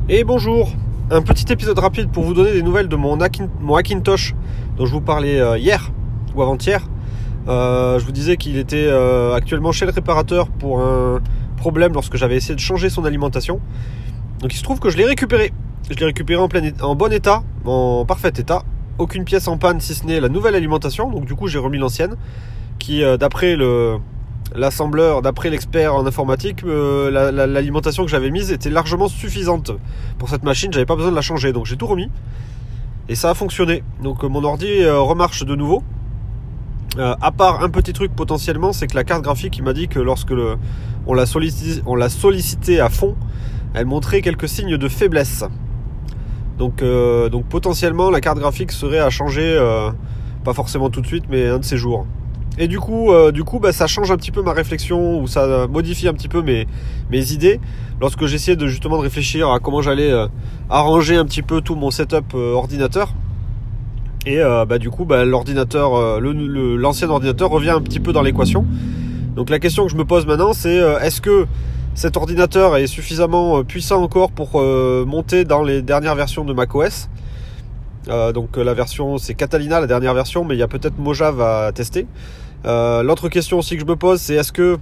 Et bonjour, un petit épisode rapide pour vous donner des nouvelles de mon Hackintosh dont je vous parlais hier ou avant-hier. Je vous disais qu'il était actuellement chez le réparateur pour un problème lorsque j'avais essayé de changer son alimentation. Donc il se trouve que je l'ai récupéré. Je l'ai récupéré en bon état, en parfait état. Aucune pièce en panne si ce n'est la nouvelle alimentation. Donc du coup j'ai remis l'ancienne qui d'après l'assembleur, d'après l'expert en informatique, l'alimentation que j'avais mise était largement suffisante pour cette machine. J'avais pas besoin de la changer, donc j'ai tout remis et ça a fonctionné. Donc mon ordi remarche de nouveau. À part un petit truc potentiellement, c'est que la carte graphique, il m'a dit que lorsque on l'a sollicité à fond, elle montrait quelques signes de faiblesse. Donc potentiellement la carte graphique serait à changer, pas forcément tout de suite, mais un de ces jours. Et du coup, ça change un petit peu ma réflexion, ou ça modifie un petit peu mes idées lorsque j'essayais de réfléchir à comment j'allais arranger un petit peu tout mon setup ordinateur. Et l'ordinateur, l'ancien ordinateur revient un petit peu dans l'équation. Donc la question que je me pose maintenant, c'est est-ce que cet ordinateur est suffisamment puissant encore pour monter dans les dernières versions de macOS. La version, c'est Catalina, la dernière version, mais il y a peut-être Mojave à tester. L'autre question aussi que je me pose, c'est est-ce que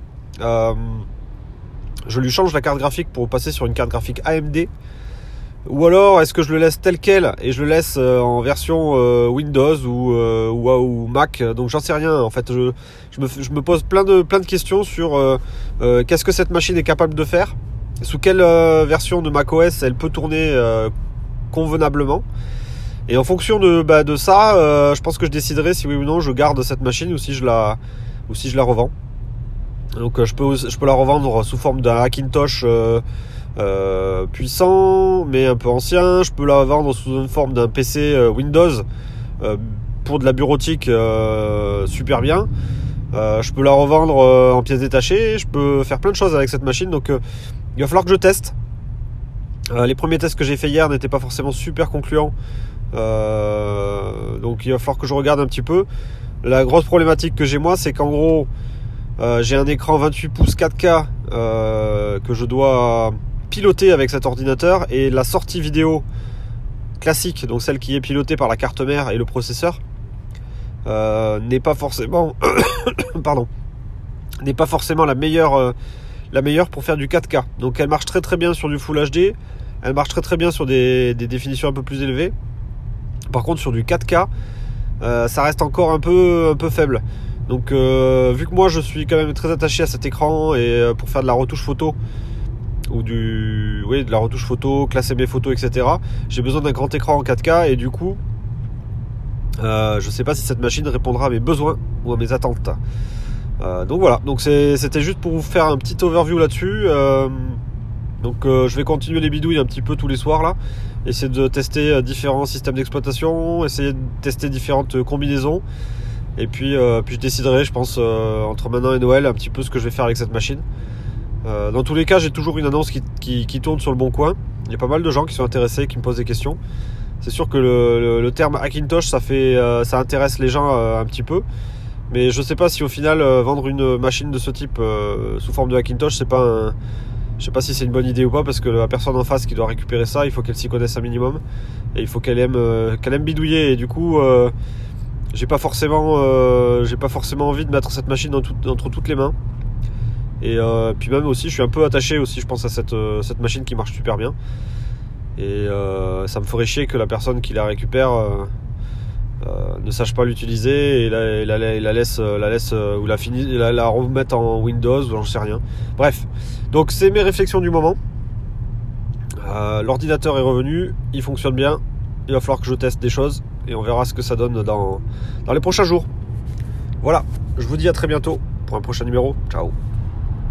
je lui change la carte graphique pour passer sur une carte graphique AMD, ou alors est-ce que je le laisse tel quel et je le laisse en version Windows ou Mac. Donc j'en sais rien en fait. Je me pose plein de questions sur qu'est-ce que cette machine est capable de faire, sous quelle version de macOS elle peut tourner convenablement. Et en fonction de ça, je pense que je déciderai si oui ou non je garde cette machine ou si je la revends. Donc je peux la revendre sous forme d'un Hackintosh puissant mais un peu ancien. Je peux la vendre sous une forme d'un PC Windows pour de la bureautique super bien. Je peux la revendre en pièces détachées. Je peux faire plein de choses avec cette machine. Donc il va falloir que je teste. Les premiers tests que j'ai fait hier n'étaient pas forcément super concluants. Donc il va falloir que je regarde un petit peu. La grosse problématique que j'ai moi, c'est qu'en gros j'ai un écran 28 pouces 4K que je dois piloter avec cet ordinateur, et la sortie vidéo classique, donc celle qui est pilotée par la carte mère et le processeur, n'est pas forcément n'est pas forcément la meilleure pour faire du 4K. Donc elle marche très très bien sur du Full HD, elle marche très très bien sur des définitions un peu plus élevées. Par contre sur du 4K ça reste encore un peu faible. Donc vu que moi je suis quand même très attaché à cet écran, et pour faire de la retouche photo de la retouche photo, classer mes photos, etc., j'ai besoin d'un grand écran en 4K, et du coup je sais pas si cette machine répondra à mes besoins ou à mes attentes. Donc voilà, donc c'était juste pour vous faire un petit overview là-dessus. Je vais continuer les bidouilles un petit peu tous les soirs là, essayer de tester différents systèmes d'exploitation, essayer de tester différentes combinaisons, et puis je déciderai, je pense, entre maintenant et Noël, un petit peu ce que je vais faire avec cette machine. Dans tous les cas, j'ai toujours une annonce qui tourne sur le bon coin. Il y a pas mal de gens qui sont intéressés, qui me posent des questions. C'est sûr que le terme Hackintosh, ça intéresse les gens un petit peu. Mais je sais pas si au final vendre une machine de ce type sous forme de Hackintosh, je sais pas si c'est une bonne idée ou pas, parce que la personne en face qui doit récupérer ça, il faut qu'elle s'y connaisse un minimum, et il faut qu'elle aime bidouiller. Et du coup, j'ai pas forcément envie de mettre cette machine entre toutes les mains. Et puis même aussi, je suis un peu attaché aussi, je pense, à cette machine qui marche super bien. Et ça me ferait chier que la personne qui la récupère ne sache pas l'utiliser et la laisse ou la remette en Windows, ou j'en sais rien. Bref, donc c'est mes réflexions du moment. L'ordinateur est revenu, il fonctionne bien. Il va falloir que je teste des choses et on verra ce que ça donne dans les prochains jours. Voilà, je vous dis à très bientôt pour un prochain numéro. Ciao.